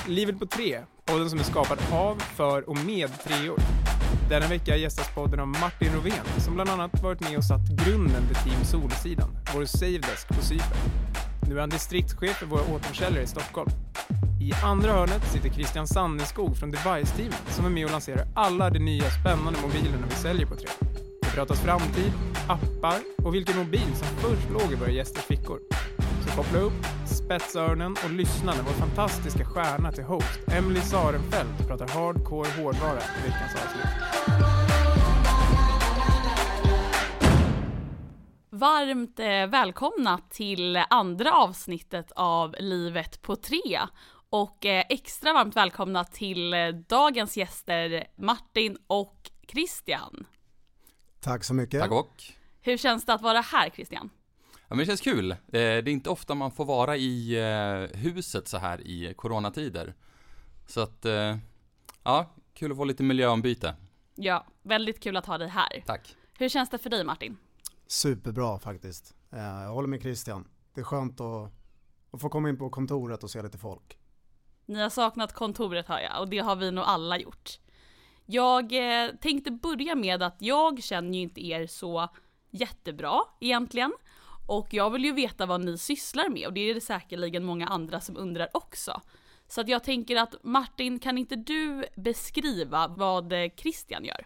Livet på 3, podden som är skapad av, för och med treor. Denna vecka gästas podden av Martin Rovén, som bland annat varit med och satt grunden till Team Solsidan, vår savedesk på Cypern. Nu är han distriktschef för våra återförsäljare i Stockholm. I andra hörnet sitter Christian Sandeskog från Device-teamet som är med och lanserar alla de nya spännande mobilerna vi säljer på 3. Det pratas framtid, appar och vilken mobil som först låg i våra gästers fickor. Så koppla upp, spetsöronen och lyssna när vår fantastiska stjärna till host Emily Sarenfelt pratar hardcore hårdvara i veckans avsnitt. Varmt välkomna till andra avsnittet av Livet på 3 och extra varmt välkomna till dagens gäster Martin och Christian. Tack så mycket. Tack och. Hur känns det att vara här, Christian? Ja, men det känns kul. Det är inte ofta man får vara i huset så här i coronatider. Så att, ja, kul att få lite miljöombyte. Ja, väldigt kul att ha dig här. Tack. Hur känns det för dig, Martin? Superbra faktiskt. Jag håller med Christian. Det är skönt att få komma in på kontoret och se lite folk. Ni har saknat kontoret, hör jag, och det har vi nog alla gjort. Jag tänkte börja med att jag känner ju inte er så jättebra egentligen. Och jag vill ju veta vad ni sysslar med, och det är det säkerligen många andra som undrar också. Så att jag tänker att Martin, kan inte du beskriva vad Christian gör?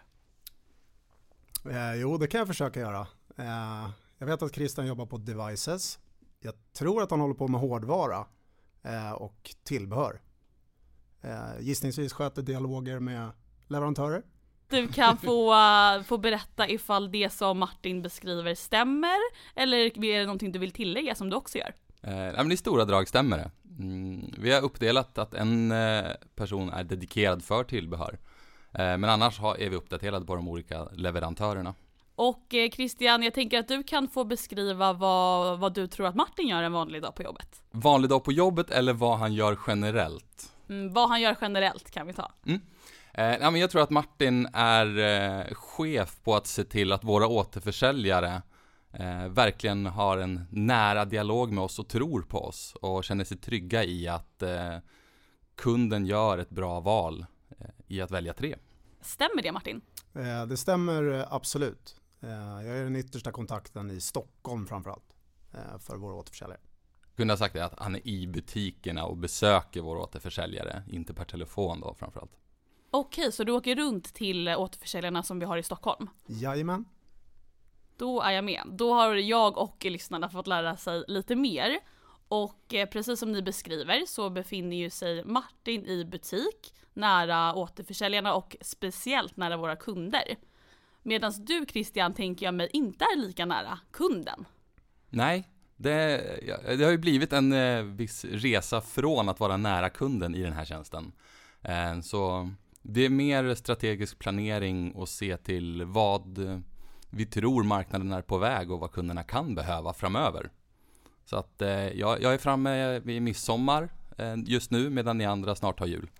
Jo, det kan jag försöka göra. Jag vet att Christian jobbar på Devices. Jag tror att han håller på med hårdvara och tillbehör. Gissningsvis sköter dialoger med leverantörer. Du kan få berätta ifall det som Martin beskriver stämmer, eller är det någonting du vill tillägga som du också gör? Men i stora drag stämmer det. Vi har uppdelat att en person är dedikerad för tillbehör. Men annars är vi uppdaterade på de olika leverantörerna. Och Christian, jag tänker att du kan få beskriva vad du tror att Martin gör en vanlig dag på jobbet. Vanlig dag på jobbet eller vad han gör generellt? Vad han gör generellt kan vi ta. Men jag tror att Martin är chef på att se till att våra återförsäljare verkligen har en nära dialog med oss och tror på oss och känner sig trygga i att kunden gör ett bra val i att välja 3. Stämmer det, Martin? Det stämmer absolut. Jag är den yttersta kontakten i Stockholm framförallt för våra återförsäljare. Jag kunde ha sagt att han är i butikerna och besöker våra återförsäljare, inte per telefon då framförallt. Okej, så du åker runt till återförsäljarna som vi har i Stockholm? Jajamän. Då är jag med. Då har jag och lyssnarna fått lära sig lite mer. Och precis som ni beskriver så befinner ju sig Martin i butik nära återförsäljarna och speciellt nära våra kunder. Medan du, Christian, tänker jag mig inte är lika nära kunden. Nej, det har ju blivit en viss resa från att vara nära kunden i den här tjänsten. Så det är mer strategisk planering och se till vad vi tror marknaden är på väg och vad kunderna kan behöva framöver. Så att jag är framme vid midsommar just nu medan ni andra snart har jul.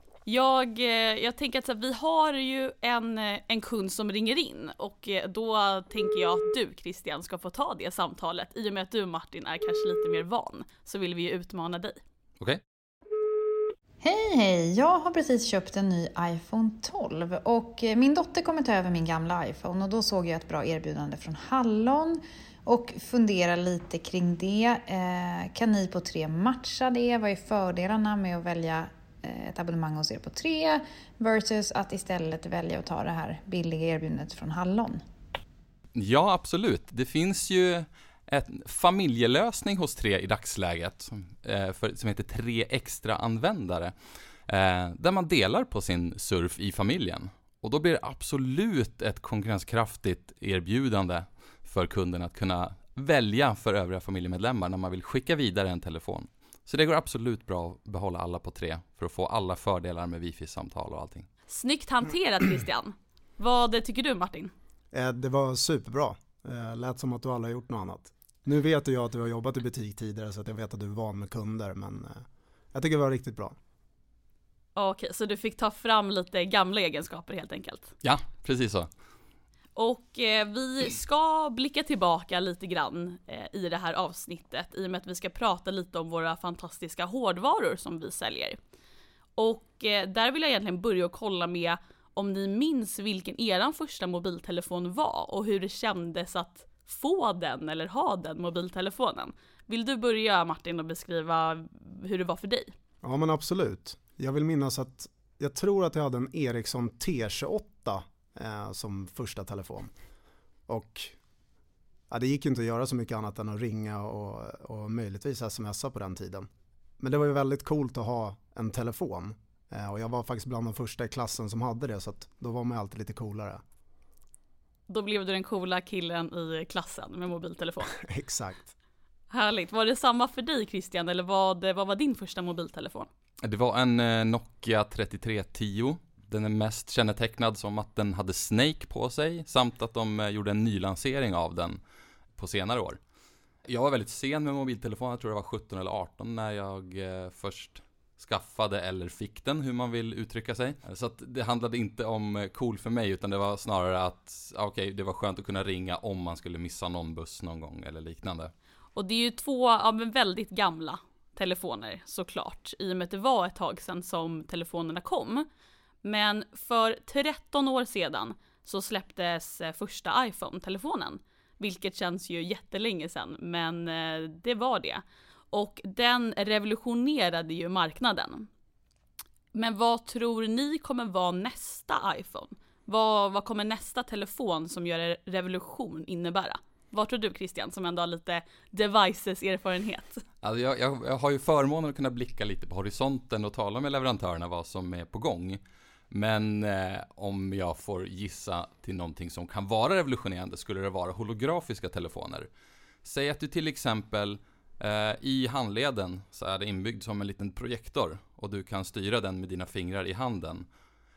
Jag tänker att vi har ju en kund som ringer in och då tänker jag att du, Christian, ska få ta det samtalet. I och med att du, Martin, är kanske lite mer van så vill vi ju utmana dig. Okej. Hej, jag har precis köpt en ny iPhone 12 och min dotter kommer ta över min gamla iPhone och då såg jag ett bra erbjudande från Hallon och fundera lite kring det. Kan ni på 3 matcha det? Vad är fördelarna med att välja ett abonnemang hos er på 3 versus att istället välja att ta det här billiga erbjudandet från Hallon? Ja, absolut. Det finns ju en familjelösning hos 3 i dagsläget som heter 3 extra användare där man delar på sin surf i familjen. Och då blir det absolut ett konkurrenskraftigt erbjudande för kunden att kunna välja för övriga familjemedlemmar när man vill skicka vidare en telefon. Så det går absolut bra att behålla alla på 3 för att få alla fördelar med wifi-samtal och allting. Snyggt hanterat, Christian. Vad tycker du, Martin? Det var superbra. Lät som att du aldrig har gjort något annat. Nu vet jag att du har jobbat i butik tidigare så att jag vet att du är van med kunder, men jag tycker det var riktigt bra. Okej, så du fick ta fram lite gamla egenskaper helt enkelt? Ja, precis så. Och vi ska blicka tillbaka lite grann i det här avsnittet i och med att vi ska prata lite om våra fantastiska hårdvaror som vi säljer. Och där vill jag egentligen börja och kolla med om ni minns vilken eran första mobiltelefon var och hur det kändes att få den eller ha den mobiltelefonen. Vill du börja, Martin, och beskriva hur det var för dig? Ja, men absolut. Jag vill minnas att jag tror att jag hade en Ericsson T28 som första telefon. Och det gick inte att göra så mycket annat än att ringa och möjligtvis smsa på den tiden. Men det var ju väldigt coolt att ha en telefon. Och jag var faktiskt bland de första i klassen som hade det, så att då var man alltid lite coolare. Då blev du den coola killen i klassen med mobiltelefon. Exakt. Härligt. Var det samma för dig, Christian, eller vad var din första mobiltelefon? Det var en Nokia 3310. Den är mest kännetecknad som att den hade Snake på sig, samt att de gjorde en nylansering av den på senare år. Jag var väldigt sen med mobiltelefon, jag tror det var 17 eller 18 när jag först skaffade eller fick den, hur man vill uttrycka sig. Så att det handlade inte om cool för mig, utan det var snarare att det var skönt att kunna ringa om man skulle missa någon buss någon gång eller liknande. Och det är ju två väldigt gamla telefoner såklart, i och med att det var ett tag sedan som telefonerna kom. Men för 13 år sedan så släpptes första iPhone-telefonen, vilket känns ju jättelänge sedan, men det var det. Och den revolutionerade ju marknaden. Men vad tror ni kommer vara nästa iPhone? Vad kommer nästa telefon som gör revolution innebära? Vad tror du, Christian, som ändå har lite devices erfarenhet? Alltså jag har ju förmånen att kunna blicka lite på horisonten och tala med leverantörerna vad som är på gång. Men om jag får gissa till någonting som kan vara revolutionerande, skulle det vara holografiska telefoner. Säg att du till exempel i handleden så är det inbyggd som en liten projektor och du kan styra den med dina fingrar i handen.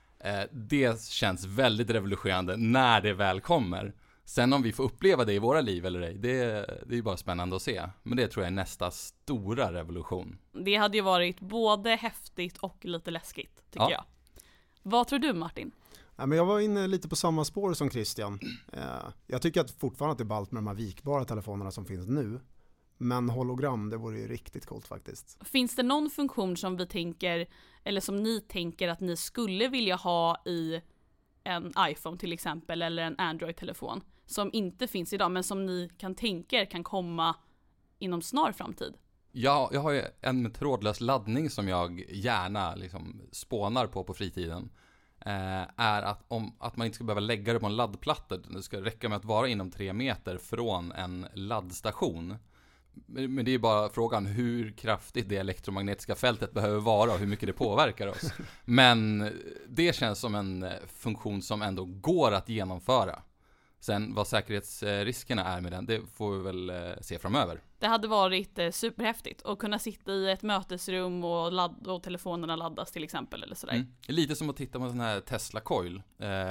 Det känns väldigt revolutionerande när det väl kommer. Sen om vi får uppleva det i våra liv eller ej, det är ju bara spännande att se. Men det tror jag är nästa stora revolution. Det hade ju varit både häftigt och lite läskigt, tycker jag. Vad tror du, Martin? Ja, men jag var inne lite på samma spår som Christian. Jag tycker att fortfarande att det är ballt med de här vikbara telefonerna som finns nu. Men hologram, det vore ju riktigt coolt faktiskt. Finns det någon funktion som vi tänker, eller som ni tänker att ni skulle vilja ha i en iPhone till exempel, eller en Android-telefon, som inte finns idag, men som ni kan tänka er kan komma inom snar framtid? Ja, jag har ju en trådlös laddning som jag gärna spånar på fritiden. Är att man inte ska behöva lägga det på en laddplatta. Det ska räcka med att vara inom 3 meter från en laddstation. Men det är bara frågan hur kraftigt det elektromagnetiska fältet behöver vara och hur mycket det påverkar oss. Men det känns som en funktion som ändå går att genomföra. Sen vad säkerhetsriskerna är med den, det får vi väl se framöver. Det hade varit superhäftigt att kunna sitta i ett mötesrum och telefonerna laddas till exempel eller sådär. Lite som att titta på en sån här Tesla Coil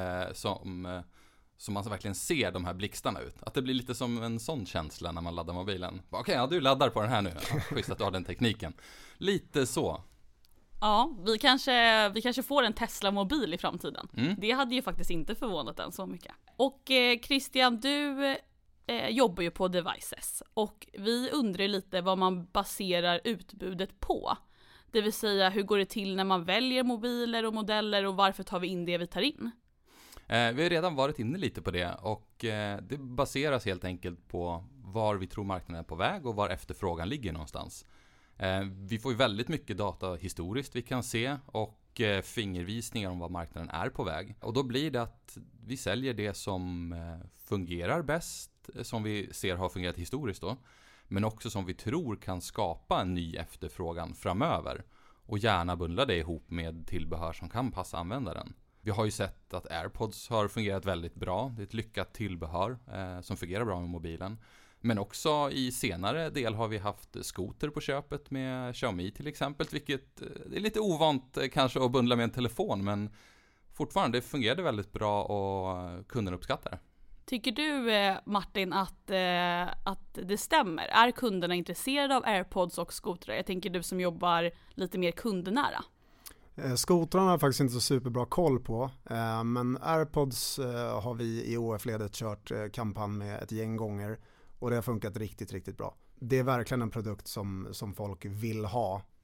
som man så verkligen ser de här blixtarna ut. Att det blir lite som en sån känsla när man laddar mobilen. Okej, du laddar på den här nu. Ja, schysst att du har den tekniken. Lite så. Ja, vi kanske får en Tesla-mobil i framtiden. Det hade ju faktiskt inte förvånat en så mycket. Och Christian, du jobbar ju på Devices. Och vi undrar lite vad man baserar utbudet på. Det vill säga, hur går det till när man väljer mobiler och modeller och varför tar vi in det vi tar in? Vi har redan varit inne lite på det och det baseras helt enkelt på var vi tror marknaden är på väg och var efterfrågan ligger någonstans. Vi får ju väldigt mycket data historiskt vi kan se och fingervisningar om var marknaden är på väg. Och då blir det att vi säljer det som fungerar bäst, som vi ser har fungerat historiskt då. Men också som vi tror kan skapa en ny efterfrågan framöver. Och gärna bundla det ihop med tillbehör som kan passa användaren. Vi har ju sett att AirPods har fungerat väldigt bra. Det är ett lyckat tillbehör som fungerar bra med mobilen. Men också i senare del har vi haft skoter på köpet med Xiaomi till exempel. Vilket är lite ovant kanske att bundla med en telefon. Men fortfarande det fungerade väldigt bra och kunden uppskattar det. Tycker du, Martin, att det stämmer? Är kunderna intresserade av AirPods och skotrar? Jag tänker du som jobbar lite mer kundnära. Skotrarna har jag faktiskt inte så superbra koll på, men AirPods har vi i OF-ledet kört kampanj med ett gäng gånger och det har funkat riktigt, riktigt bra. Det är verkligen en produkt som folk vill ha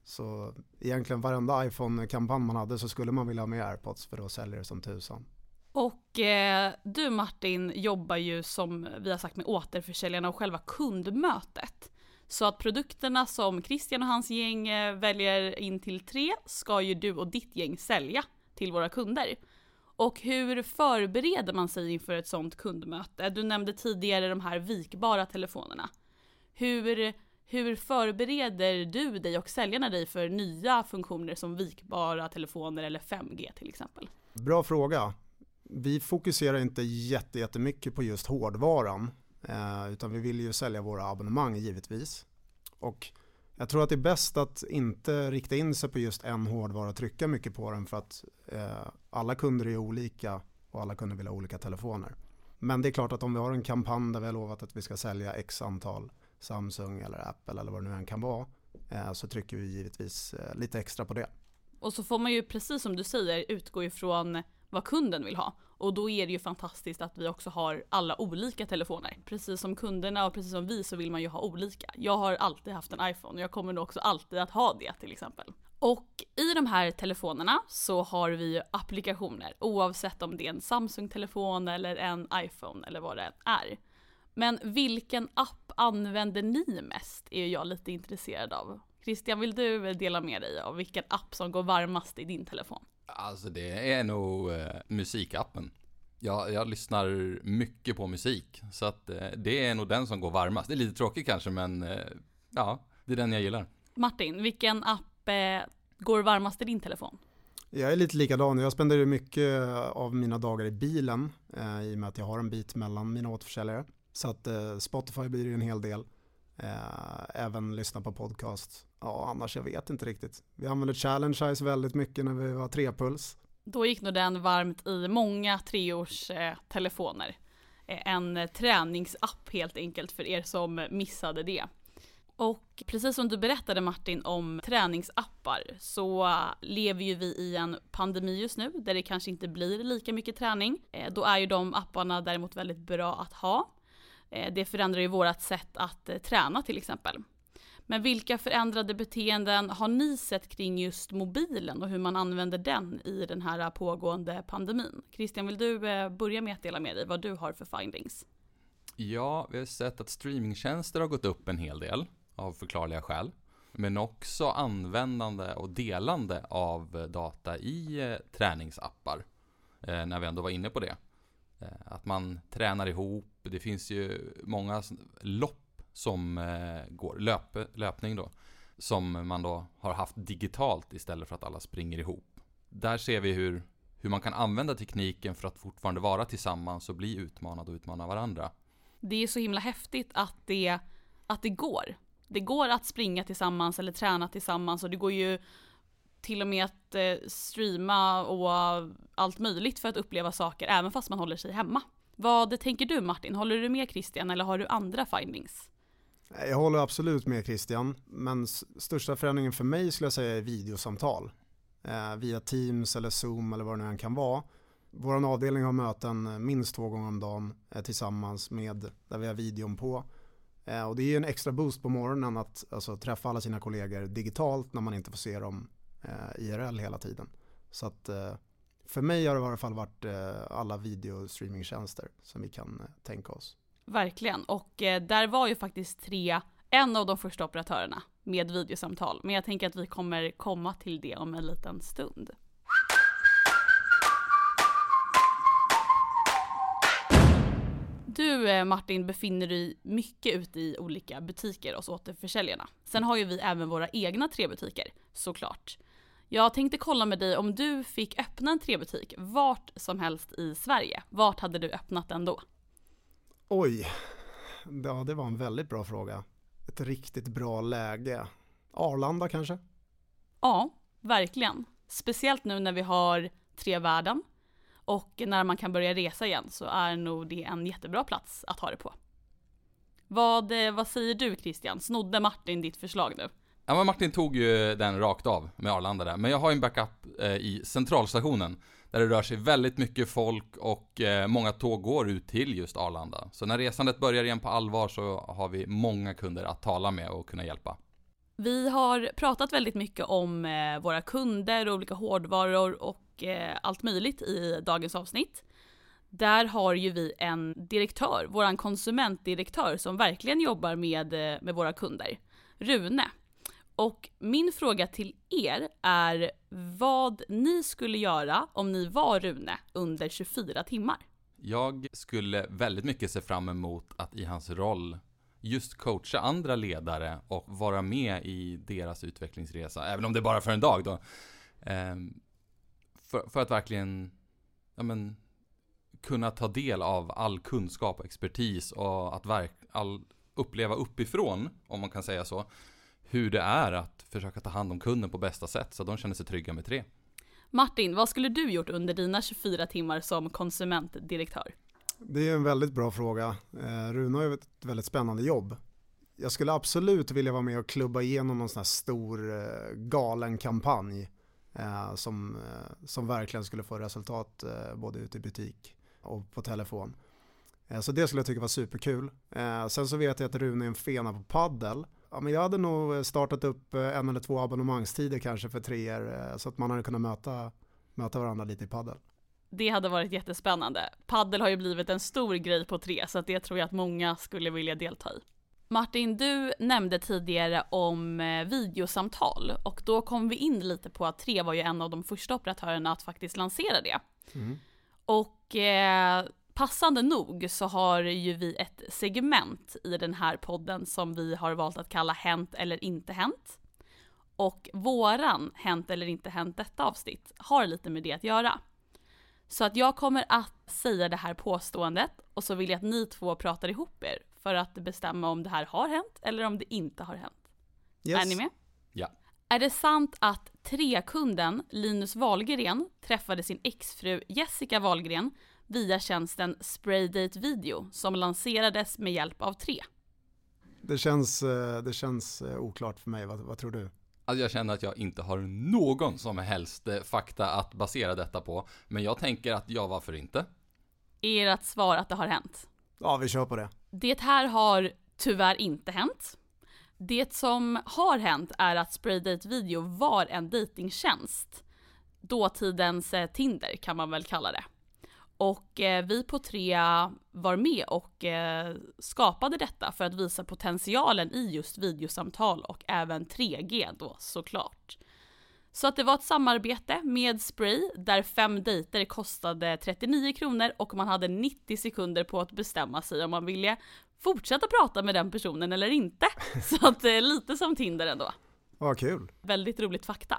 Så egentligen varenda iPhone-kampanj man hade så skulle man vilja ha med AirPods för då säljer det som tusan. Och du Martin jobbar ju som vi har sagt med återförsäljarna och själva kundmötet. Så att produkterna som Christian och hans gäng väljer in till 3 ska ju du och ditt gäng sälja till våra kunder. Och hur förbereder man sig inför ett sånt kundmöte? Du nämnde tidigare de här vikbara telefonerna. Hur förbereder du dig och säljarna dig för nya funktioner som vikbara telefoner eller 5G till exempel? Bra fråga. Vi fokuserar inte jättemycket på just hårdvaran. Utan vi vill ju sälja våra abonnemang givetvis. Och jag tror att det är bäst att inte rikta in sig på just en hårdvara och trycka mycket på den för att alla kunder är olika och alla kunder vill ha olika telefoner. Men det är klart att om vi har en kampanj där vi har lovat att vi ska sälja x antal Samsung eller Apple eller vad det nu än kan vara så trycker vi givetvis lite extra på det. Och så får man ju precis som du säger utgå ifrån vad kunden vill ha. Och då är det ju fantastiskt att vi också har alla olika telefoner. Precis som kunderna och precis som vi så vill man ju ha olika. Jag har alltid haft en iPhone och jag kommer nog också alltid att ha det till exempel. Och i de här telefonerna så har vi ju applikationer oavsett om det är en Samsung-telefon eller en iPhone eller vad det är. Men vilken app använder ni mest är jag lite intresserad av. Christian, vill du dela med dig av vilken app som går varmast i din telefon? Alltså det är nog musikappen. Jag lyssnar mycket på musik så att det är nog den som går varmast. Det är lite tråkigt kanske men ja, det är den jag gillar. Martin, vilken app går varmast i din telefon? Jag är lite likadan. Jag spenderar mycket av mina dagar i bilen i och med att jag har en bit mellan mina återförsäljare. Så att Spotify blir ju en hel del. Även lyssna på podcast. Ja, annars jag vet inte riktigt. Vi använder Challenge väldigt mycket när vi var 3puls. Då gick nog den varmt i många 3-års telefoner. En träningsapp helt enkelt för er som missade det. Och precis som du berättade Martin om träningsappar så lever ju vi i en pandemi just nu där det kanske inte blir lika mycket träning. Då är ju de apparna däremot väldigt bra att ha. Det förändrar ju vårat sätt att träna till exempel. Men vilka förändrade beteenden har ni sett kring just mobilen och hur man använder den i den här pågående pandemin? Christian, vill du börja med att dela med dig vad du har för findings? Ja, vi har sett att streamingtjänster har gått upp en hel del av förklarliga skäl. Men också användande och delande av data i träningsappar. När vi ändå var inne på det. Att man tränar ihop. Det finns ju många lopp som går, löpning då, som man då har haft digitalt istället för att alla springer ihop. Där ser vi hur man kan använda tekniken för att fortfarande vara tillsammans och bli utmanad och utmana varandra. Det är så himla häftigt att det går. Det går att springa tillsammans eller träna tillsammans och det går ju till och med att streama och allt möjligt för att uppleva saker även fast man håller sig hemma. Vad tänker du Martin? Håller du med Christian eller har du andra findings? Jag håller absolut med Christian, men största förändringen för mig skulle jag säga är videosamtal. Via Teams eller Zoom eller vad det nu än kan vara. Vår avdelning har möten minst 2 gånger om dagen tillsammans med där vi har videon på. Och det är en extra boost på morgonen att alltså, träffa alla sina kollegor digitalt när man inte får se dem IRL hela tiden. Så att för mig har det i alla fall varit alla videostreamingtjänster som vi kan tänka oss. Verkligen, och där var ju faktiskt 3 en av de första operatörerna med videosamtal. Men jag tänker att vi kommer komma till det om en liten stund. Du Martin befinner dig mycket ute i olika butiker hos återförsäljarna. Sen har ju vi även våra egna 3-butiker, såklart. Jag tänkte kolla med dig om du fick öppna en 3-butik vart som helst i Sverige. Vart hade du öppnat den då? Oj, ja, det var en väldigt bra fråga. Ett riktigt bra läge. Arlanda kanske? Ja, verkligen. Speciellt nu när vi har 3-världen. Och när man kan börja resa igen så är nog det en jättebra plats att ha det på. Vad säger du Christian? Snodde Martin ditt förslag nu? Ja, men Martin tog ju den rakt av med Arlanda där. Men jag har en backup i centralstationen. Där det rör sig väldigt mycket folk och många tåg går ut till just Arlanda. Så när resandet börjar igen på allvar så har vi många kunder att tala med och kunna hjälpa. Vi har pratat väldigt mycket om våra kunder och olika hårdvaror och allt möjligt i dagens avsnitt. Där har ju vi en direktör, våran konsumentdirektör som verkligen jobbar med våra kunder, Rune. Och min fråga till er är vad ni skulle göra om ni var Rune under 24 timmar. Jag skulle väldigt mycket se fram emot att i hans roll just coacha andra ledare och vara med i deras utvecklingsresa, även om det är bara för en dag då. För att verkligen kunna ta del av all kunskap och expertis och att uppleva uppifrån, om man kan säga så, hur det är att försöka ta hand om kunden på bästa sätt så de känner sig trygga med 3. Martin, vad skulle du gjort under dina 24 timmar som konsumentdirektör? Det är en väldigt bra fråga. Rune har ju ett väldigt spännande jobb. Jag skulle absolut vilja vara med och klubba igenom någon sån här stor galen kampanj som verkligen skulle få resultat både ute i butik och på telefon. Så det skulle jag tycka var superkul. Sen så vet jag att Rune är en fena på paddel. Ja, men jag hade nog startat upp 1 eller 2 abonnemangstider kanske för 3 så att man hade kunnat möta varandra lite i paddel. Det hade varit jättespännande. Paddel har ju blivit en stor grej på 3 så att det tror jag att många skulle vilja delta i. Martin, du nämnde tidigare om videosamtal och då kom vi in lite på att 3 var ju en av de första operatörerna att faktiskt lansera det. Mm. Och passande nog så har ju vi ett segment i den här podden som vi har valt att kalla Hänt eller inte hänt. Och våran Hänt eller inte hänt detta avsnitt har lite med det att göra. Så att jag kommer att säga det här påståendet och så vill jag att ni 2 pratar ihop er för att bestämma om det här har hänt eller om det inte har hänt. Yes. Är ni med? Ja. Är det sant att 3-kunden Linus Wahlgren träffade sin exfru Jessica Wahlgren via tjänsten Spraydate Video som lanserades med hjälp av 3? Det känns oklart för mig. Vad tror du? Alltså jag känner att jag inte har någon som helst fakta att basera detta på. Men jag tänker att varför inte? Är ert svar att det har hänt? Ja, vi kör på det. Det här har tyvärr inte hänt. Det som har hänt är att Spraydate Video var en datingtjänst. Dåtidens Tinder kan man väl kalla det. Och vi på 3 var med och skapade detta för att visa potentialen i just videosamtal och även 3G då såklart. Så att det var ett samarbete med Spray där 5 dejter kostade 39 kronor och man hade 90 sekunder på att bestämma sig om man ville fortsätta prata med den personen eller inte. Så att det är lite som Tinder ändå. Vad kul. Väldigt roligt fakta.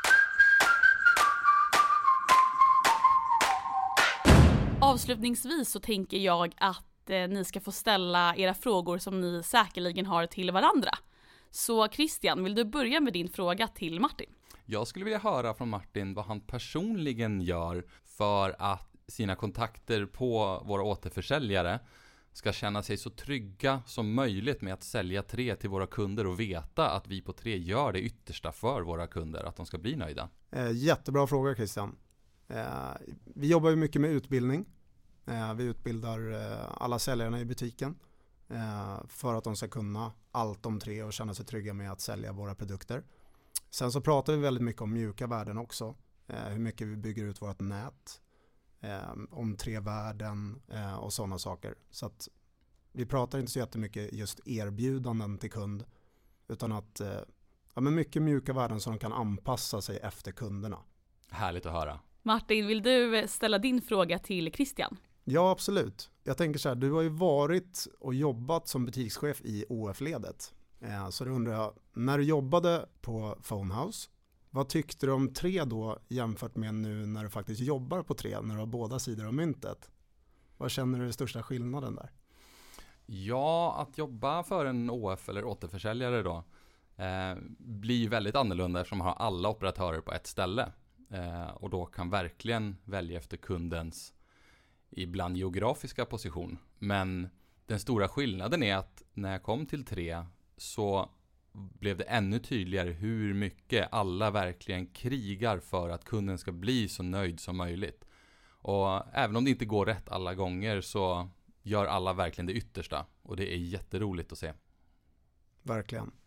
Avslutningsvis så tänker jag att ni ska få ställa era frågor som ni säkerligen har till varandra. Så Christian, vill du börja med din fråga till Martin? Jag skulle vilja höra från Martin vad han personligen gör för att sina kontakter på våra återförsäljare ska känna sig så trygga som möjligt med att sälja 3 till våra kunder och veta att vi på 3 gör det yttersta för våra kunder, att de ska bli nöjda. Jättebra fråga Christian. Vi jobbar ju mycket med utbildning. Vi utbildar alla säljarna i butiken för att de ska kunna allt om 3 och känna sig trygga med att sälja våra produkter. Sen så pratar vi väldigt mycket om mjuka värden också. Hur mycket vi bygger ut vårt nät. Om 3-värden och sådana saker. Så att vi pratar inte så jättemycket just erbjudanden till kund. Utan att men mycket mjuka värden som de kan anpassa sig efter kunderna. Härligt att höra. Martin, vill du ställa din fråga till Christian? Ja, absolut. Jag tänker så här, du har ju varit och jobbat som butikschef i OF-ledet. Så då undrar jag, när du jobbade på Phonehouse, vad tyckte du om 3 då jämfört med nu när du faktiskt jobbar på 3, när du har båda sidor av myntet? Vad känner du är största skillnaden där? Ja, att jobba för en OF eller återförsäljare då blir väldigt annorlunda eftersom man har alla operatörer på ett ställe. Och då kan verkligen välja efter kundens ibland geografiska position. Men den stora skillnaden är att när jag kom till 3 så blev det ännu tydligare hur mycket alla verkligen krigar för att kunden ska bli så nöjd som möjligt. Och även om det inte går rätt alla gånger så gör alla verkligen det yttersta. Och det är jätteroligt att se. Verkligen.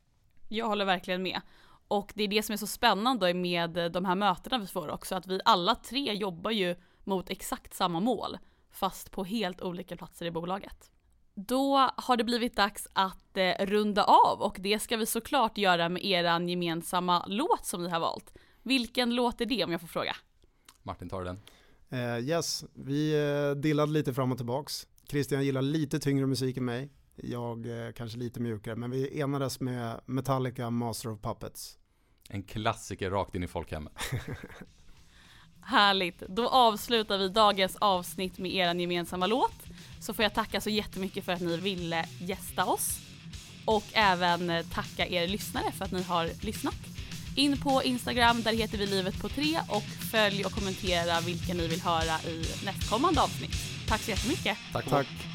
Jag håller verkligen med. Och det är det som är så spännande med de här mötena vi får också, att vi alla 3 jobbar ju mot exakt samma mål, fast på helt olika platser i bolaget. Då har det blivit dags att runda av, och det ska vi såklart göra med eran gemensamma låt som ni har valt. Vilken låt är det, om jag får fråga? Martin tar den. Yes, vi dillade lite fram och tillbaks. Christian gillar lite tyngre musik än mig. Jag kanske lite mjukare, men vi enades med Metallica, Master of Puppets. En klassiker rakt in i folkhemmet. Härligt, då avslutar vi dagens avsnitt med eran gemensamma låt. Så får jag tacka så jättemycket för att ni ville gästa oss. Och även tacka er lyssnare för att ni har lyssnat. In på Instagram, där heter vi Livet på 3, och följ och kommentera vilka ni vill höra i nästkommande avsnitt. Tack så jättemycket. Tack.